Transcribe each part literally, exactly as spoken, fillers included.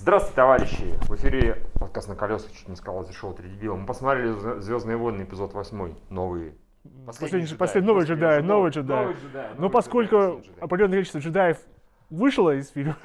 Здравствуйте, товарищи! В эфире подкаст «На колесах», чуть не сказал, зашел три дебила. Мы посмотрели «Звездные войны», эпизод восьмой, новые. Последний, последний, последний новый джедай, новый джедай. Но поскольку определенное количество джедаев вышло из фильма...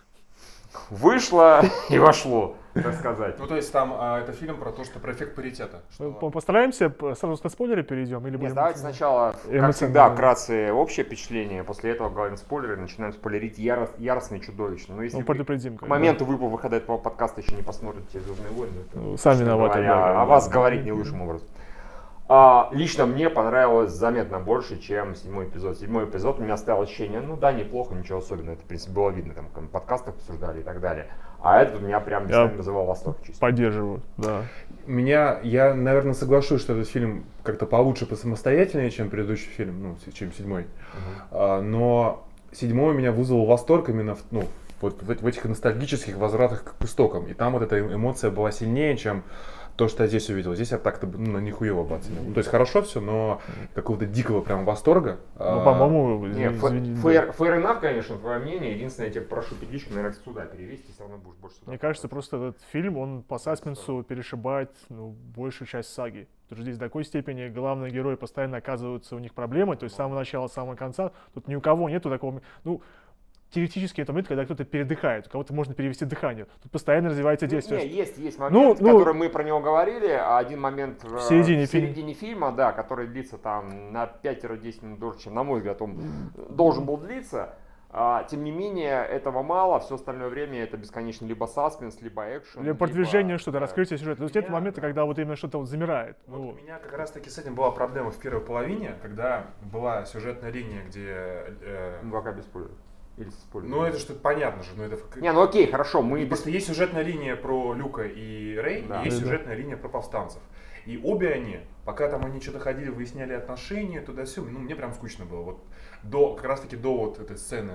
Вышло и вошло, так сказать. Ну, то есть там а, это фильм про то, что про эффект паритета. Что... Постараемся, сразу на спойлеры перейдем? Или Нет, будем... давайте сначала, как всегда, вкратце общее впечатление, после этого говорим спойлеры, начинаем спойлерить яро... яростно и чудовищно. Но если ну, предупредим, к моменту да. выхода этого подкаста еще не посмотрите «Звездные войны», то, ну, сами виноваты. Говоря, да, о вас да. говорить не лучшим образом. А, лично мне понравилось заметно больше, чем седьмой эпизод. Седьмой эпизод у меня оставило ощущение, ну да, неплохо, ничего особенного. Это, в принципе, было видно, там, в подкастах обсуждали и так далее. А этот у меня прям местами вызывал восторг чисто. Поддерживаю, да. Меня, я, наверное, соглашусь, что этот фильм как-то получше, посамостоятельнее, чем предыдущий фильм, ну, чем седьмой. Uh-huh. А, но седьмой меня вызвал восторг именно в, ну, вот в, в этих ностальгических возвратах к истокам. И там вот эта эмоция была сильнее, чем то, что я здесь увидел. Здесь я так-то ну, нихуево бы оценил. Ну, то есть хорошо все, но какого-то дикого прям восторга. Ну, по-моему, нет, fair enough, конечно, твое мнение. Единственное, я тебе прошу петличку, наверное, сюда перевести, все равно будешь больше сюда. Мне кажется, просто этот фильм, он по саспенсу перешибает ну, большую часть саги. Потому что здесь до такой степени главные герои постоянно оказываются у них проблемы, то есть с самого начала, с самого конца. Тут ни у кого нету такого... Ну, теоретически это момент, когда кто-то передыхает, у кого-то можно перевести дыхание. Тут постоянно развивается действие. Не, есть, есть момент, ну, который ну, мы про него говорили, а один момент в середине, в середине фильма, фильма, да, который длится там на пять-десять минут дольше, чем, на мой взгляд, он должен был длиться. А, тем не менее, этого мало, все остальное время это бесконечно либо саспенс, либо экшен. Либо продвижение, что-то, да. раскрытие сюжета. То есть это моменты, когда вот именно что-то вот замирает. Вот ну. У меня как раз таки с этим была проблема в первой половине, когда была сюжетная линия, где... Э... Ну, пока без спойлеров. Или ну это что-то понятно же, но это... Не, ну окей, хорошо, мы... Просто есть сюжетная линия про Люка и Рей, да, и есть да, сюжетная да. линия про повстанцев. И обе они, пока там они что-то ходили, выясняли отношения, туда-сюда, ну мне прям скучно было. Вот до, как раз таки до вот этой сцены,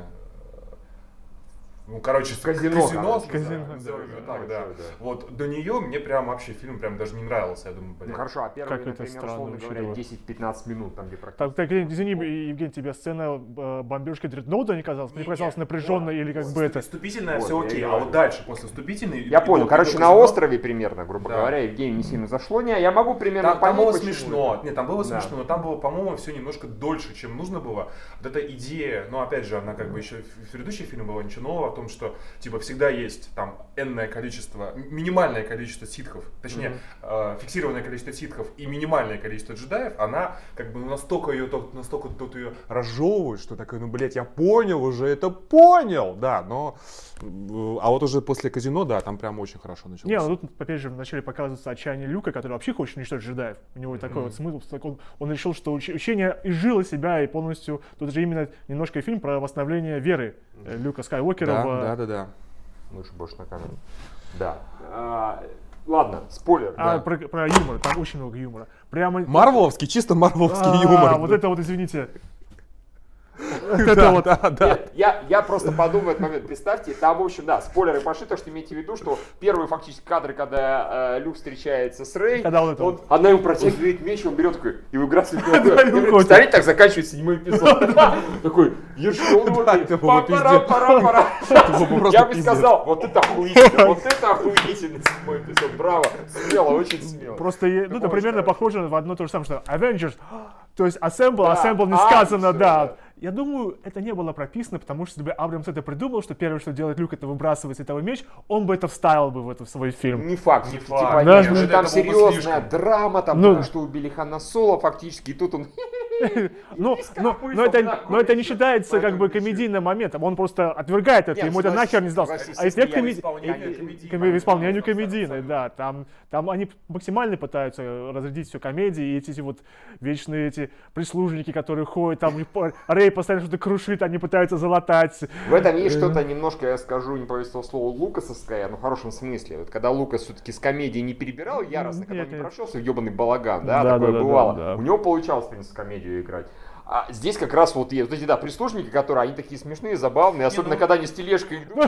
ну короче, казино, казино, казино, назовем ее так, да. да. Вот до нее мне прям вообще фильм прям даже не нравился, я думаю, блин. Ну хорошо, а первые, как например, условно говоря, десять-пятнадцать минут там где практически. Так, так, извини, Евгений, тебе сцена бомбежки Дредноута не казалась? Мне казалось напряженной или как бы это... Вступительная все окей, а вот дальше, после вступительной... Я понял, короче, на острове примерно, грубо говоря, Евгений не сильно зашло, не, я могу примерно понять, там было смешно, нет, там было смешно, но там было, по-моему, все немножко дольше, чем нужно было. Вот эта идея, ну опять же, она как бы еще в предыдущем фильме была ничего нового, о том, что типа всегда есть там энное количество, минимальное количество ситхов, точнее mm-hmm. э, фиксированное количество ситхов и минимальное количество джедаев, она как бы настолько ее, настолько тут ее разжевывает, что такое, ну блять, я понял уже, это понял, да, но, а вот уже после казино, да, там прям очень хорошо началось. Не, ну тут опять же вначале показывается отчаяние Люка, который вообще хочет уничтожить джедаев, у него mm-hmm. такой вот смысл, он, он решил, что уч- учение изжило себя и полностью, тут же именно немножко фильм про восстановление веры mm-hmm. Люка Скайуокера. Да, в... да, да, да. Лучше больше на камеру. Да. А, ладно, спойлер. А, да. про, про юмор, там очень много юмора. Прямо... Марвеловский, чисто марвеловский а, юмор. А, вот это вот, извините. Это вот, да, да. Я, я просто подумал в этот момент, представьте, там, в общем, да, спойлеры пошли, то, что имейте в виду, что первые фактически кадры, когда э, Люк встречается с Рей, когда он, он, она ему протягивает меч, он берет такой, и выбрасывает его. Представляете, так заканчивается седьмой эпизод. Такой, ешком, пора-пора-пора. Я бы сказал, вот это охуительно, вот это охуительно седьмой эпизод, браво, смело, очень смело. Просто, ну, это примерно похоже в одно то же самое, что Avengers, то есть Assemble, Assemble не сказано, да. Я думаю, это не было прописано, потому что если бы Абрамс это придумал, что первое, что делает Люк, это выбрасывать световой меч, он бы это вставил бы в, это, в свой фильм. Не факт, не типа, факт. Да, нет, там серьезная драма, там, ну, что убили Хана Соло фактически, и тут он... Но, но, но, это, но это не считается как бы комедийным моментом, он просто отвергает это, ему это нахер не сдался. А эффект комедийный, исполнению комедийной, да, там, там они максимально пытаются разрядить все комедии, и эти вот вечные эти прислужники, которые ходят, там Рей постоянно что-то крушит, они пытаются залатать. В этом есть что-то немножко, я скажу, не повесил того слова, лукасовское, но в хорошем смысле. Вот когда Лукас все-таки с комедией не перебирал яростно, когда он не прошелся в ебаный балаган, да, такое бывало, у него получалось, в принципе, комедию играть. А здесь как раз вот есть вот эти, да, прислужники, которые, они такие смешные, забавные, особенно ну, когда они с тележкой идут,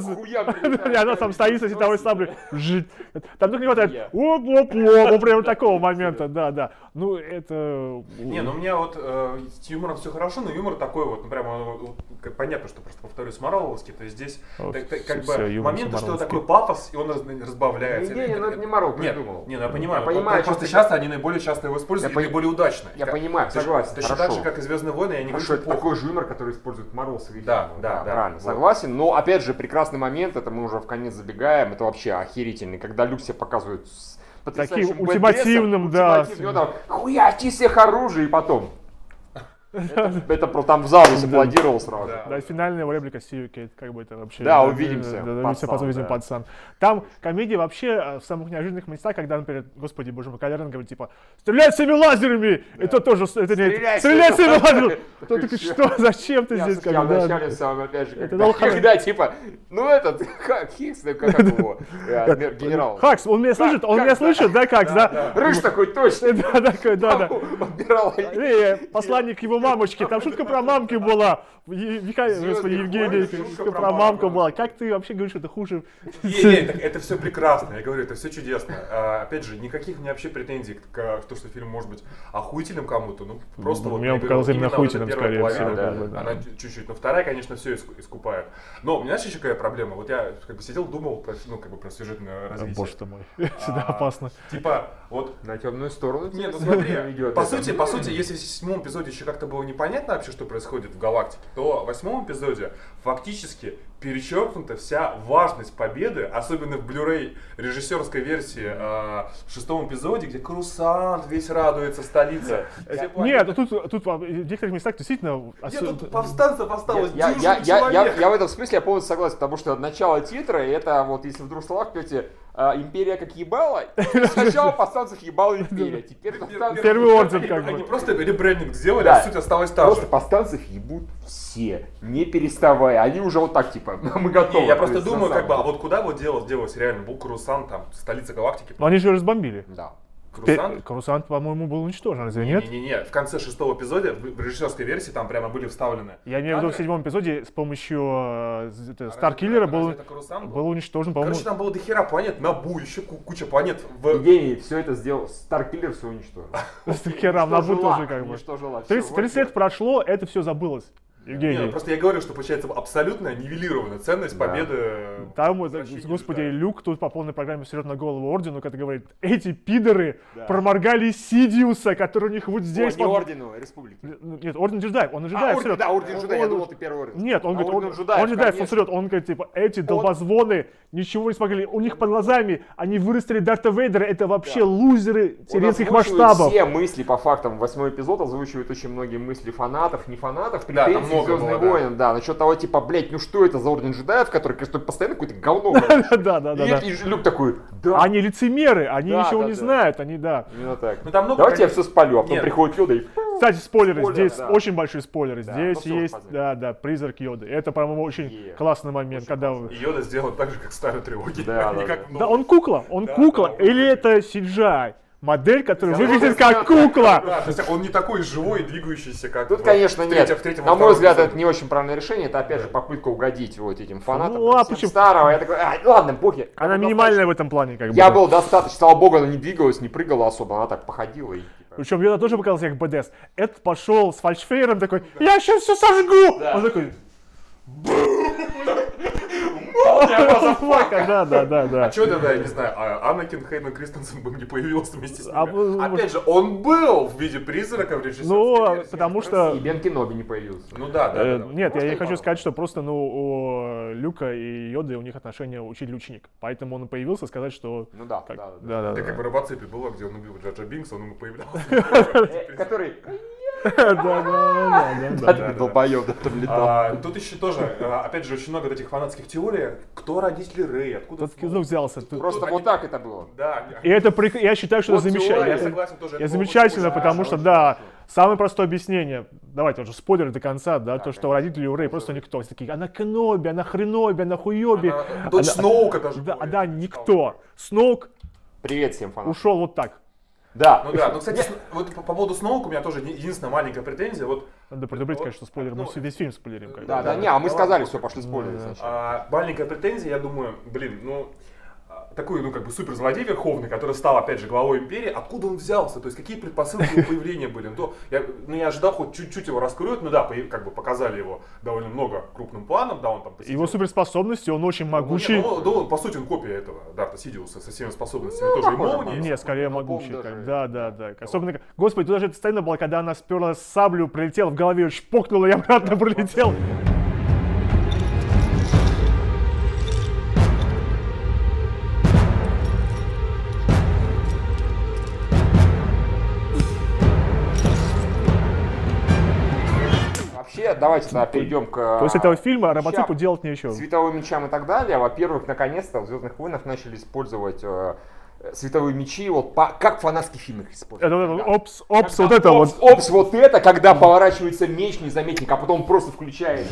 и она там стоит со световой саблей, там только не хватает, оп-оп-оп, прям такого момента, да, да. Ну, это... Не, ну у меня вот с юмором все хорошо, но юмор такой вот, ну прям понятно, что просто повторюсь Марвеловский, то есть здесь О, так, так, как все, бы все, моменты, что такой пафос, и он разбавляется. Не, не, ну это не Марвел придумал. Не, ну я понимаю, я понимаю просто что часто они наиболее часто его используют, я и наиболее удачно. Я как, понимаю, согласен, Точно так же, как и Звездные войны, я не говорю, что это такой же юмор, который использует Марвел в своих да, фильмах. Да, да, да, правильно, вот. Согласен. Но опять же, прекрасный момент, это мы уже в конец забегаем, это вообще охерительный, когда Люк себе показывает с таким ультимативным, да. Хуяти всех оружие, и потом. Это, это про там в зале заплодировал сразу. Да, да, финальная его реплика See you, Kate, как бы это вообще. Да, увидимся, да, пацан, потом увидим, да. Пацан. Там комедия вообще в самых неожиданных местах, когда, например, господи боже мой, Калерн говорит, типа, стреляй всеми лазерами! Да. Это тоже, это не, стреляй всеми лазерами! Кто такой, что, зачем ты здесь? Я вначале сам, опять же, когда, типа, ну этот, Хикс, как его, генерал. Хакс, он меня слышит, он меня слышит, да, как, да? Рыж такой, точно. Да, такой, да, да. Посланник его мамочки, там шутка про мамки была. Господи, Евгений, шутка про мамку была. Как ты вообще говоришь, это хуже? Не, не, это, это все прекрасно, я говорю, это все чудесно. А, опять же, никаких мне вообще претензий к тому, что фильм может быть охуительным кому-то, ну просто ну, вот... Мне он показался именно охуительным, вот скорее половина, всего. Да, да, да. Она чуть-чуть, но вторая, конечно, все искупает. Но у меня знаешь, еще какая проблема? Вот я как бы сидел, думал про, ну, как бы про сюжетное развитие. Боже ты мой, всегда опасно. Типа, вот... На темную сторону. Нет, ну смотри, по сути, по сути, если в седьмом эпизоде еще как-то было непонятно вообще, что происходит в галактике, то в восьмом эпизоде фактически перечеркнута вся важность победы, особенно в Blu-ray режиссерской версии э, в шестом эпизоде, где Корусант весь радуется, столица. Нет, тут, тут в некоторых местах действительно... Нет, тут повстанцев осталось я, я, я, я, я в этом смысле я полностью согласен, потому что начало титра, это вот если в двух словах пьете империя как ебала, сначала повстанцев ебала империя, теперь повстанцев... Первый орден как бы. Они просто ребрендинг сделали, а суть осталась та же. Просто повстанцев ебут все, не переставая, они уже вот так типа, мы готовы. Не, я просто думаю, как бы, а вот куда вот делалось, делалось реально, был Корусант, там, столица галактики. Но они же разбомбили. Да. Корусант? Корусант, по-моему, был уничтожен, разве нет? Не-не-не, в конце шестого эпизода, в режиссерской версии, там прямо были вставлены. Я имею в виду в седьмом эпизоде с помощью Старкиллера был, был уничтожен, по-моему. Короче, там было дохера планет, Набу, еще куча планет. В... Евгений все это сделал, Старкиллер все уничтожил. С дохера, Набу тоже как бы. тридцать лет прошло, это все забылось. Евгений. Не, ну просто я говорю, что получается абсолютно нивелированная ценность да. победы. Там, господи, Люк тут по полной программе срет на голову Ордену, когда говорит, эти пидоры да. проморгали Сидиуса, который у них вот здесь... О, не под... Ордену, Республики. Нет, Орден джедаев, он ожидает. А, орден, да, Орден джедаев, я думал, ты первый Орден. Нет, он а говорит, он, джедаев, он джедаев, он срет, он говорит, типа, эти долбозвоны ничего не смогли, у них под глазами, они вырастили Дарта Вейдера, это вообще да. лузеры вселенских масштабов. Все мысли по фактам, восьмой эпизод озвучивает очень многие мысли фанатов, не фанатов, да, там много Звездные войны. Да, насчет того, типа, блять, ну что это за Орден джедаев, который, конечно, постоянно какое-то говно. Да, да, да. И Люк такой, да. Они лицемеры, они ничего не знают, они, да. Именно так. Давайте я все спалю, а потом приходит Йода и... Кстати, спойлеры, здесь очень большие спойлеры. Здесь есть, да, да, призрак Йоды. Это, по-моему, очень классный момент, когда... Йода сделан так же, как в старой трилогии. Да, он кукла, он кукла, или это си джи ай? Модель, которая выглядит как кукла. Да, то есть он не такой живой и двигающийся, как тут, конечно, нет. На мой взгляд, это не очень правильное решение. Это, опять же, попытка угодить вот этим фанатам ну, а почему? Старого. Я такой, а, ладно, похер. Она минимальная в этом плане, как бы. Я был достаточно, слава богу, она не двигалась, не прыгала особо, она так походила и... Причем Йода тоже показался как бэ дэ эс. Этот пошел с фальшфейером такой, я сейчас все сожгу. Да. Он такой... Да, да, да, да. А что тогда, я не знаю, Анакин Хейден Кристенсен бы не появился вместе с ними? Опять же, он был в виде призрака в режиссерской Ну, версии. потому что... И Бен Кеноби не появился. Ну да, да, да. Нет, я хочу сказать, что просто, ну, у Люка и Йоды у них отношения учитель-ученик. Поэтому он появился сказать, что... Ну да, да, да. Это как в Робоципе было, где он убил Джаджа Бинкса, он ему появлялся. Который... Да, да, да, да. Да, долбоёб, да, там летал. Тут еще тоже, опять же, очень много этих фанатских теорий. Кто родители Рэй, откуда Тут взялся. Просто вот так это было. Да. И это, я считаю, что это замечательно. Я согласен тоже. Я замечательно, потому что, да, самое простое объяснение, давайте уже спойлеры до конца, да, то, что родители у Рэй просто никто. Все такие, она Кеноби, она Хреноби, она Хуёби. Дочь Сноука даже. Да, да, никто. Сноук Привет всем фанатам. Ушел вот так. Да. Ну да, ну кстати, вот по, по поводу Сноука у меня тоже единственная маленькая претензия. Вот, надо предупредить, вот, конечно, спойлер, мы ну, весь фильм спойлерим. Да, да, да, не, а мы сказали, все, пошли спойлеры. А, маленькая претензия, я думаю, блин, ну, такой, ну, как бы суперзлодей верховный, который стал, опять же, главой империи, откуда он взялся, то есть какие предпосылки его появления были. Ну, то, я, ну, я ожидал хоть чуть-чуть его раскроют, ну да, по, как бы показали его довольно много крупным планом, да, он там посетил. Его суперспособности, он очень могучий. Ну, нет, ну, ну, по сути, он копия этого Дарта Сидиуса со всеми способностями, ну, тоже и молнии. Нет, скорее могучий, как, да, да, да. Особенно, господи, тут даже эта сцена была, когда она сперла саблю, прилетела в голове, шпокнула и обратно прилетел. Вообще, давайте тогда перейдем к... После этого фильма роботипу делать нечего. Световым мечам и так далее. Во-первых, наконец-то в «Звездных войнах» начали использовать э, световые мечи, вот по, как в фанатских фильмах используют. Это, когда, опс, опс, когда вот это опс, вот. Опс, вот это, когда поворачивается меч незаметненько, а потом просто включает.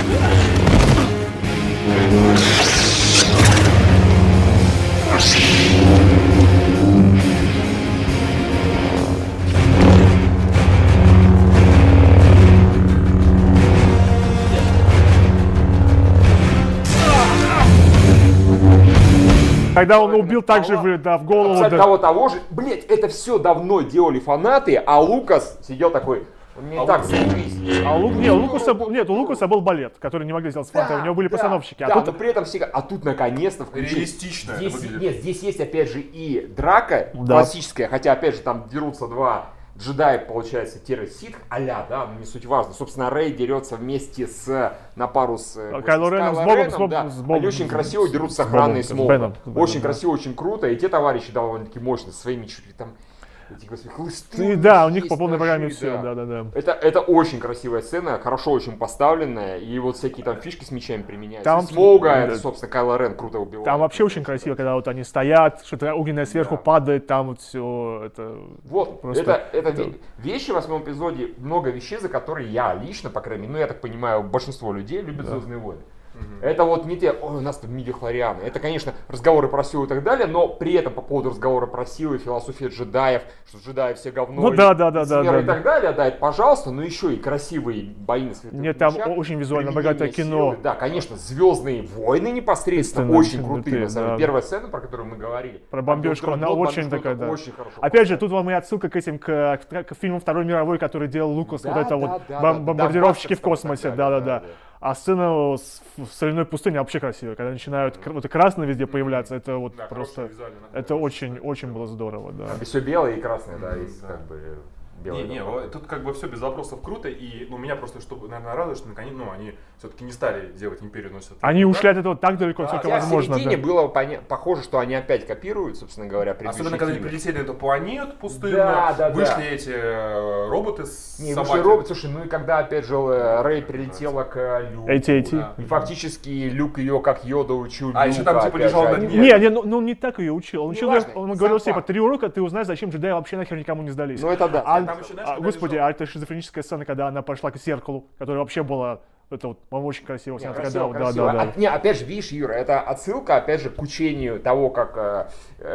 Когда он убил также в, да, в голову. Кстати, да. того того же. Блять, это все давно делали фанаты, а Лукас сидел такой. Он мне а так заебись. А у, не, у Лукаса, нет, у Лукаса был балет, который не могли сделать с фанатами. Да, у него были да, постановщики. А да, тут... но при этом всегда. А тут наконец-то включили. Реалистично. Здесь, нет, здесь есть опять же и драка да. классическая, хотя опять же там дерутся два джедая, получается, тире-ситх, а-ля, да, ну не суть важно. Собственно, Рэй дерется вместе с, на пару с Кайло Реном, с Бобом, с Бобом, да. с Бобом. Они очень красиво дерутся с охраной Смоука. Очень да. красиво, очень круто, и те товарищи довольно-таки мощные, своими чуть ли там... Эти, господи, хлысты, да, у них по полной программе все, да, да, да. Это, это очень красивая сцена, хорошо очень поставленная, и вот всякие там фишки с мечами применяются. Там, Смоуга, да, это, собственно, Кайло Рен круто убивает. Там вообще очень красиво, когда вот они стоят, что-то огненное сверху да. падает, там вот все это... Вот, просто... это, это, это вещи в восьмом эпизоде, много вещей, за которые я лично, по крайней мере, ну я так понимаю, большинство людей любят да. «Звездные войны». Mm-hmm. Это вот не те, ой, у нас тут мидихлорианы. Это, конечно, разговоры про силу и так далее, но при этом по поводу разговора про силу и философии джедаев, что джедаи все говно, ну, и, да, да, да, да, да, и так далее, да, это пожалуйста, но еще и красивые бои на световых Нет, там мечах, очень визуально богатое кино. Силы. Да, конечно, «Звездные войны» непосредственно Сцена очень крутые. крутые, да. Первая сцена, про которую мы говорили. Про бомбежку, она очень такая, да. Очень хорошо. Опять же, тут вам и отсылка к этим, к, к, к фильмам Второй мировой, который делал Лукас, да, вот это да, вот да, бом- да, бомбардировщики да, в космосе, да-да-да. А сцена с, в соляной пустыне вообще красивая, когда начинают mm-hmm. вот красные везде появляться, это вот да, просто, это очень-очень было здорово, да. Все белое и красное, да, есть mm-hmm. как бы... Не, не, тут как бы все без вопросов круто, и ну, меня просто, что, наверное, радует, что наконец, ну, они все-таки не стали делать «Империю носят». Они ушли от этого так далеко, да, сколько а возможно. В середине да. было поня- похоже, что они опять копируют, собственно говоря, предыдущие Особенно, когда фильмы. они прилетели на эту планету пустынную, да, да, вышли да. эти э, роботы с Не, собакой. вышли роботы, слушай, ну и когда опять же Рэй прилетела к Люку, эй ти эй ти. Да. И фактически Люк ее как Йода учил. А Люка, еще там типа лежал на дне. Не, не, ну, ну не так ее учил. Он, учил, важно, он говорил типа, три урока, ты узнаешь, зачем джедаи вообще нахер никому не сдались. Ну это да. А, там еще, знаешь, а, господи, а это шизофреническая сцена, когда она пошла к зеркалу, которая вообще была, это вот, по-моему, очень красиво. Не, снято, красиво, когда, красиво. Да, да, А, да. не, опять же, видишь, Юра, это отсылка, опять же, к учению того, как э,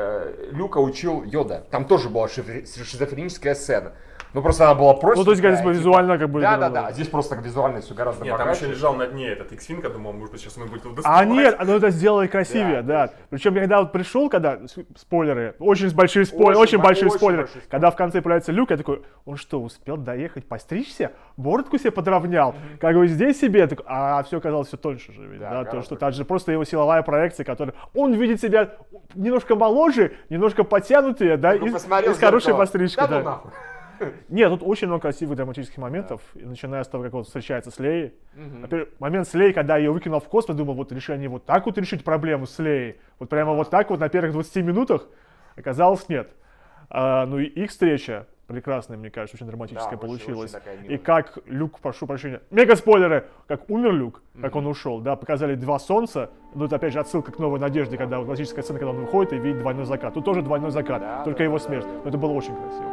э, Люка учил Йода. Там тоже была шизофреническая сцена. Ну просто она была просто. Ну то есть, как бы, визуально как бы. Да, да, да. Здесь просто визуально все гораздо Нет, богаче. там еще лежал на дне этот X-Wing, я думал, может быть, сейчас он будет его А нет, оно это сделали красивее, да. да. Причем, когда вот пришел, когда, спойлеры, очень большие спойлеры, очень, очень большие очень спойлеры, большие когда в конце появляется Люк, я такой, он что, успел доехать, постричься, бородку себе подровнял, mm-hmm. как бы здесь себе, такой, а все оказалось все тоньше же, ведь, да, да то, что это же просто его силовая проекция, которая, он видит себя немножко моложе, немножко подтянутее, да, и, и с хорошей пострижкой, да. да. Нет, тут очень много красивых драматических моментов, да. Начиная с того, как он встречается с Леей. Угу. Например, момент с Леей, когда ее выкинул в космос, думал, вот решение вот так вот решить проблему с Леей. Вот прямо вот так вот на первых двадцати минутах. Оказалось, нет. А, ну и их встреча прекрасная, мне кажется, очень драматическая да, получилась. Очень и как Люк, прошу прощения, мега спойлеры, как умер Люк, mm-hmm. как он ушел, да, показали два солнца, ну это опять же отсылка к «Новой надежде», когда вот классическая сцена, когда он выходит и видит двойной закат. Тут тоже двойной закат, да, только да, его смерть. Но это было очень красиво.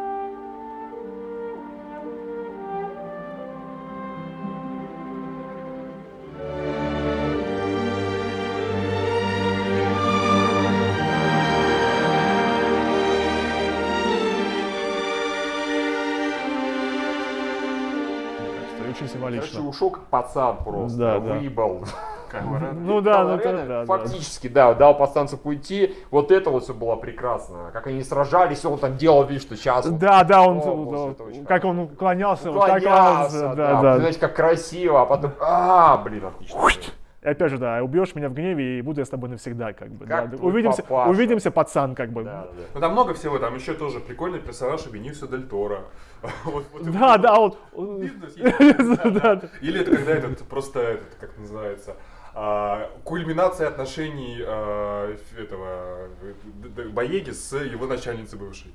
Очень символично. Короче, ушел как пацан просто, да, выебал. Да. Ну да, ну да. Фактически, да, дал повстанцев уйти. Вот это вот все было прекрасно. Как они сражались, он там делал вид, что сейчас... Да, да, он, как он уклонялся. Уклонялся, да, да. Знаете, как красиво, а потом... А, блин, отлично. И опять же, да, убьешь меня в гневе, и буду я с тобой навсегда, как бы. Как да. Увидимся, увидимся, пацан, как бы. Да, да. Ну там много всего, там еще тоже прикольный персонаж Бенисио Дель Торо. Вот, вот да, да, вот. Бизнес есть. Да, да. Или это когда этот просто, этот, как называется, а, кульминация отношений а, этого Боеги с его начальницей бывшей.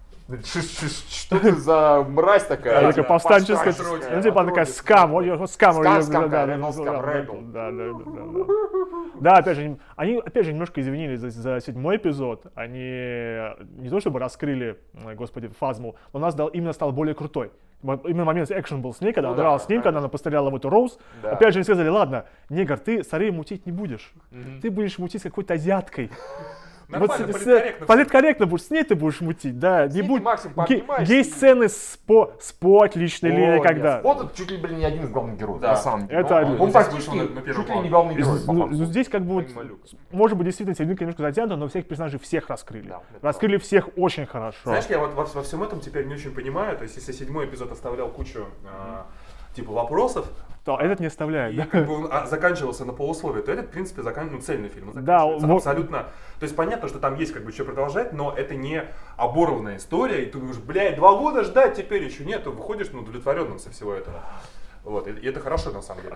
Что ты за мразь такая? Такая повстанческая, ну типа она такая скам, скам, скам, да, да, да. Да, опять же, они опять же немножко извинились за, за седьмой эпизод. Они не то чтобы раскрыли, господи, Фазму, но у нас дал, именно стал более крутой. Именно момент экшен был с ней, когда ну, она играла да, с ним, когда она постреляла в эту Роуз. Да. Опять же, они сказали, ладно, негр, ты с Арей мутить не будешь. Mm-hmm. Ты будешь мутить с какой-то азиаткой. Нормально, вот, политкорректно. Политкорректно будешь, с ней ты будешь мутить, да. Не будь... Есть сцены с по, с по отличной линией, когда... Спо это чуть ли, блин, не один из главных героев, да. на самом деле. Это он, он практически на, на чуть ли не главный герой. Ну, ну, здесь как бы вот, может быть, действительно, серединка немножко затянута, но всех персонажей всех раскрыли. Да, раскрыли всех очень хорошо. Знаешь, я вот во, во всем этом теперь не очень понимаю, то есть если седьмой эпизод оставлял кучу э, типа вопросов, то этот не оставляет, и да? Как бы он заканчивался на полусловие, то этот, в принципе, закан... ну, цельный фильм. Да, он... абсолютно. То есть понятно, что там есть как бы что продолжать, но это не оборванная история, и ты думаешь, блядь, два года ждать теперь еще нет, ты выходишь ну, удовлетворенным со всего этого. Вот, и это хорошо на самом деле.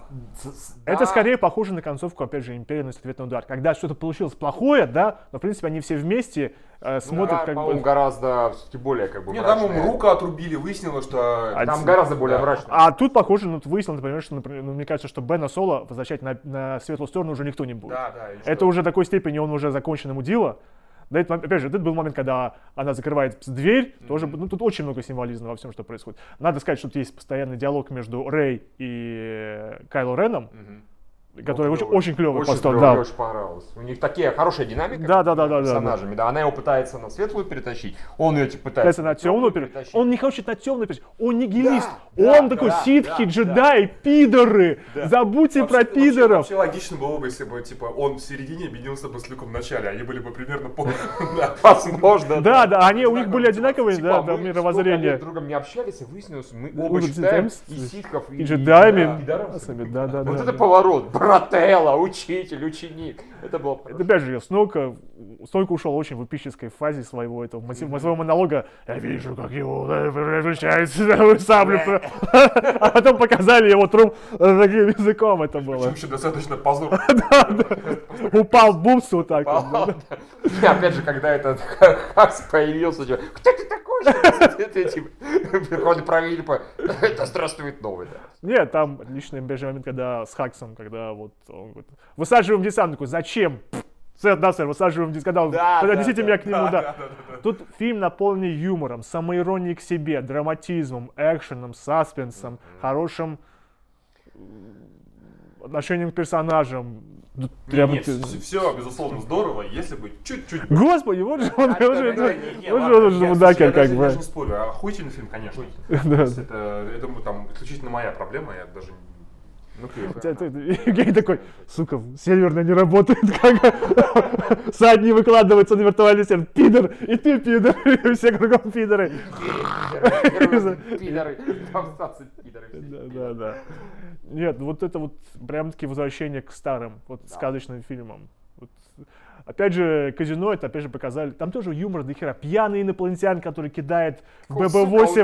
Это скорее похоже на концовку, опять же, «Империя наносит ответный удар». Когда что-то получилось плохое, да, но в принципе они все вместе э, смотрят ну, как бы... гораздо все-таки более как бы Нет, там ему руку отрубили, выяснилось, что... А там гораздо более да. мрачно. А тут похоже, ну, выяснилось, например, что, например, ну, мне кажется, что Бена Соло возвращать на, на светлую сторону уже никто не будет. Да, да, это уже до такой степени он уже закончен ему дело. Да, это, опять же, это был момент, когда она закрывает дверь, mm-hmm. тоже, ну, тут очень много символизма во всем, что происходит. Надо сказать, что тут есть постоянный диалог между Рэй и Кайло Реном, mm-hmm. который ну, очень, очень клевый постал. Да. Мне очень понравилось. У них такие хорошая динамика да, да, да, да, персонажами. Да, да. Она его пытается на светлую перетащить, он ее типа, пытается на темную перетащить. Он не хочет на темную перетащить, он нигилист. Да, он да, такой да, ситхи, да, джедаи, да. пидоры. Да. Забудьте вообще, про пидоров. Вообще, вообще логично было бы, если бы типа он в середине объединился бы с Люком в начале, они были бы примерно по... Возможно. Да, да, они у них были одинаковые, да, мировоззрения. Мы с другом не общались, и выяснилось, мы оба считаем и ситхов, и джедаями. Да, да, да. Вот это поворот, брателло, учитель, ученик. Это было это, опять же, Сноука, Сноука ушел очень в эпической фазе своего этого mm-hmm. своего монолога. Я вижу, как его превращается саблю. А потом показали его труп таким языком. Это было. Причем еще достаточно позорно. Упал бумс вот так. Опять же, когда этот Хакс появился, кто ты такой? Приходит проверили, это здравствует новый. Нет, там отличный момент, когда с Хаксом, когда вот он говорит, высаживаем десант, такой, зачем? Сэр, да, сэр, высаживаем десант, когда да, поднесите да, меня да, к нему, да. да. да, да, да. Тут фильм наполнен юмором, самоиронией к себе, драматизмом, экшеном, саспенсом, mm-hmm. хорошим отношением к персонажам. Прям нет, нет, все, безусловно, здорово, если бы чуть-чуть... Господи, вот же он, вот же мудакер, как бы. Я даже не спорю, охуительный фильм, конечно. Это там исключительно моя проблема, я даже... Евгений такой, сука, северная не работает, как задний выкладывается на виртуальный сервер, пидор, и ты пидор, и все кругом пидоры. Пидоры, Да, да, да. Нет, вот это вот прям-таки возвращение к старым, вот сказочным фильмам. Опять же, «Казино», это опять же показали, там тоже юмор до хера. Пьяный инопланетян, который кидает бэ бэ восемь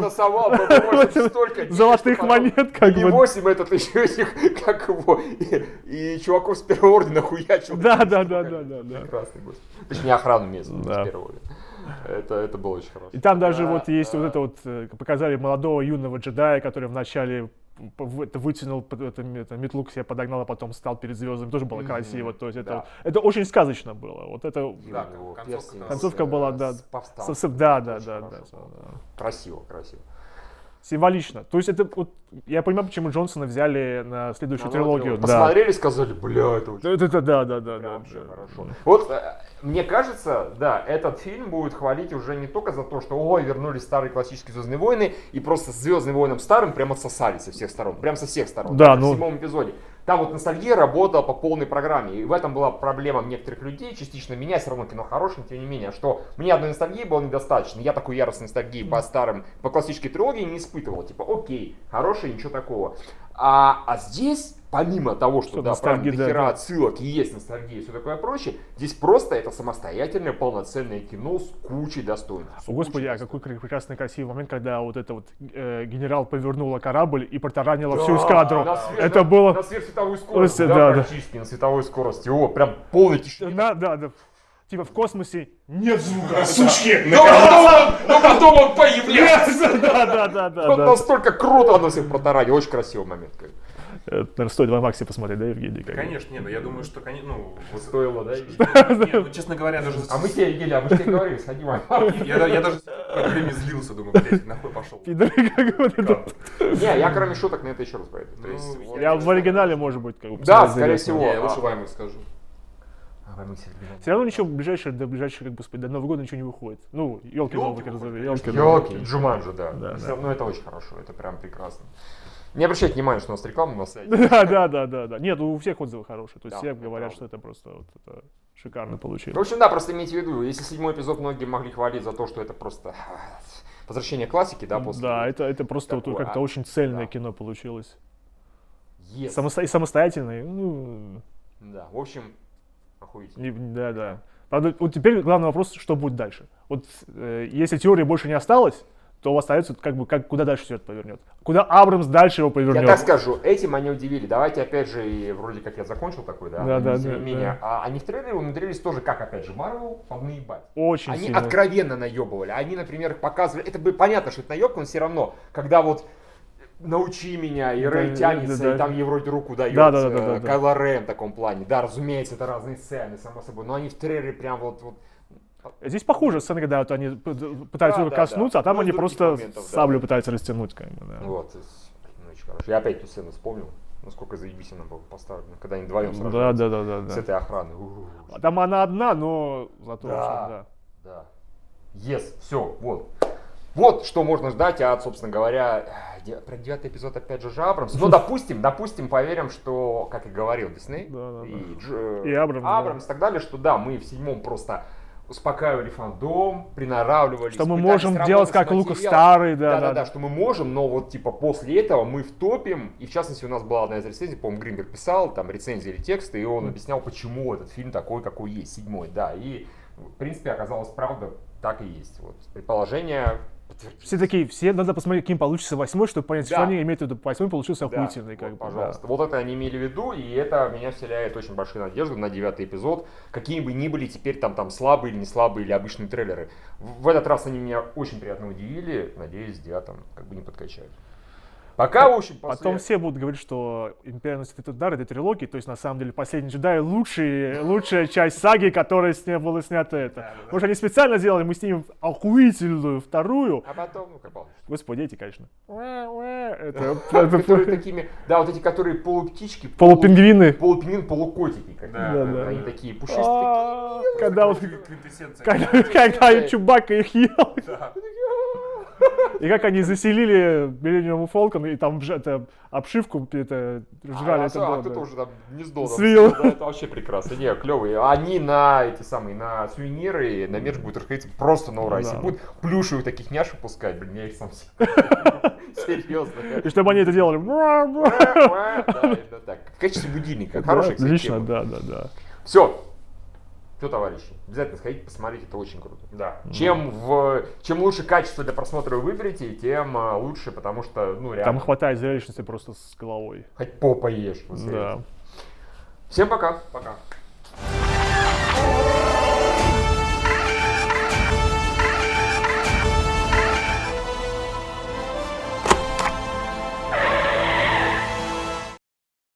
золотых монет, как бы. И восемь этот еще их, как его, и чуваков с первого ордена хуячил. Да, да, да, да, да. Прекрасный, господи. Точнее, охрану местную с первого ордена. Это, это было очень хорошо. И там даже да, вот есть да. вот это вот, показали молодого юного джедая, который вначале вытянул это, это, метлу к себе, подогнал, а потом стал перед звездами. Тоже было mm-hmm. красиво. То есть да. это, это очень сказочно было. Вот это да, концовка, концовка с, была, да. С с, да, да, да, да, да. Красиво, красиво. Символично. То есть это вот, я понимаю, почему Джонсона взяли на следующую на трилогию. Посмотрели, да. сказали, бля, это очень это, это, да, да, да, да, да, хорошо. Вот мне кажется, да, этот фильм будет хвалить уже не только за то, что ой, вернулись старые классические «Звездные войны» и просто с «Звездным войнам» старым прям отсосали со всех сторон, прям со всех сторон. Да, в ну... седьмом эпизоде. Там вот ностальгия работала по полной программе. И в этом была проблема некоторых людей, частично меня, все равно кино хорошее, тем не менее, что мне одной ностальгии было недостаточно. Я такой яростной ностальгии по старым, по классической трилогии не испытывал. Типа, окей, хорошее, ничего такого. А, а здесь, помимо того, что, что да, правда, до хера отсылок и есть ностальгия и все такое прочее, здесь просто это самостоятельное полноценное кино с кучей достоинств. О, Господи, а какой прекрасный красивый момент, когда вот это вот э, генерал повернула корабль и протаранила да, всю эскадру. На свет, это на, было... На сверхсветовой скорости, да, да, практически, да. На световой скорости. О, прям полный тишина. Да, да, да. Типа в космосе нет звука, сучки! Но потом он появляется! Да, да, да, да. Вот настолько круто оно всех протаранило. Очень красивый момент. Это, наверное, стоит в IMAX посмотреть, да, Евгений? Как конечно, нет, я думаю, что, ну... Вот стоило, да? Нет, ну, честно говоря, даже... А мы тебе, Евгений, а мы тебе говорили, сходи в IMAX. Я даже по время злился, думаю, блядь, нахуй пошел. Не, я кроме шуток на это еще раз пойду. Я в оригинале, может быть, как бы... Да, скорее всего. Я лучше в IMAX скажу. Все равно ничего ближайшее, до ближайшего, как бы, до Нового года ничего не выходит. Ну, елки новые, елки Елки, Джуманджи, да. Ну, это очень хорошо, это прям прекрасно. Не обращайте внимания, что у нас реклама на сайте. Да, да, да, да, да. Нет, у всех отзывы хорошие. То есть все говорят, что это просто вот это шикарно получилось. В общем, да, просто имейте в виду, если седьмой эпизод многие могли хвалить за то, что это просто возвращение классики, да, после. Да, это, это просто вот как-то очень цельное кино получилось. Yes. Самосто... И самостоятельное. Ну... Да, в общем, охуительно. Да, да. Правда, вот теперь главный вопрос, что будет дальше. Вот э, если теории больше не осталось, то остается как бы как, куда дальше сюжет повернет. Куда Абрамс дальше его повернет. Я так скажу, этим они удивили. Давайте опять же, и вроде как я закончил такой, да, да, да, тем да, не менее. Да. А они в трейлере умудрились тоже, как опять же, Марвел, поднаебать. Очень Они сильно. откровенно наебывали. Они, например, показывали, это было понятно, что это наебка, но все равно, когда вот научи меня, и Рэй да, тянется, да, да, и там ей вроде руку дает, да, да, да, да, да, Кайло Рен в таком плане. Да, разумеется, это разные сцены, само собой, но они в трейлере прям вот... вот здесь похуже сцены, когда вот они пытаются да, да, коснуться, да. А там ну, они просто моментов, саблю да. пытаются растянуть. Как бы, да. Вот, ну, очень хорошо. Я опять ту сцену вспомнил, насколько заебись она была поставлена, когда они вдвоем сражаются да, да, да, да, с этой охраной. А там она одна, но зато... Да, очень, да. да. Yes, все, вот. Вот что можно ждать от, собственно говоря, про девятый эпизод опять же Абрамс. Ну, допустим, допустим, поверим, что, как и говорил Дисней да, да, и, да. Дж... и Абрамс, Абрамс да. и так далее, что да, мы в седьмом просто успокаивали фандом, приноравливались. Что мы можем делать как Лукас старый, да, да, да, да, да, что мы можем, но вот типа после этого мы втопим. И в частности у нас была одна из рецензий, по-моему, Гринберг писал, там рецензии или тексты, и он объяснял, почему этот фильм такой, какой есть, седьмой, да. И в принципе оказалось правда, так и есть. Вот предположение. Все такие, все, надо посмотреть, каким получится восьмой, чтобы понять, да. что они имеют в виду. Восьмой получился охуительный. Да, как вот, бы, пожалуйста. Да. Вот это они имели в виду, и это меня вселяет очень большие надежды на девятый эпизод. Какими бы ни были теперь там, там слабые или не слабые, или обычные трейлеры. В, в этот раз они меня очень приятно удивили. Надеюсь, в девятом как бы не подкачают. Пока, в общем, после... Потом все будут говорить, что Империя носит удар этой трилогии, то есть на самом деле Последний джедай лучший, лучшая часть саги, которая с ней была снята это. Да, да, да. Может, они специально сделали, мы снимем охуительную вторую. А потом, ну как получится. Господи, эти, конечно. Которые такими, да, вот эти, которые полуптички. Полупингвины. Полупингвин, полукотики. Они такие пушистые. Когда вот, когда Чубака их ел. И как они заселили Millennium Falcon, и там это, обшивку это, жрали. А, это а, было, а кто-то да. уже там гнездо. Свил. Да, это вообще прекрасно. Не, клевые. Они на эти самые, на сувениры, на мерч будут расходиться просто на ура. Если будут плюшевых таких няш выпускать, блин, я их сам серьезно. И чтобы они это делали. Да, так. В качестве будильника. Хорошая, кстати, отлично, да, да, да. Все. Все, товарищи, обязательно сходите, посмотрите, это очень круто. Да. Mm. Чем, в, чем лучше качество для просмотра вы выберете, тем uh, лучше, потому что, ну, реально. Там хватает зрелищности просто с головой. Хоть попа ешь. Да. Всем пока. Пока.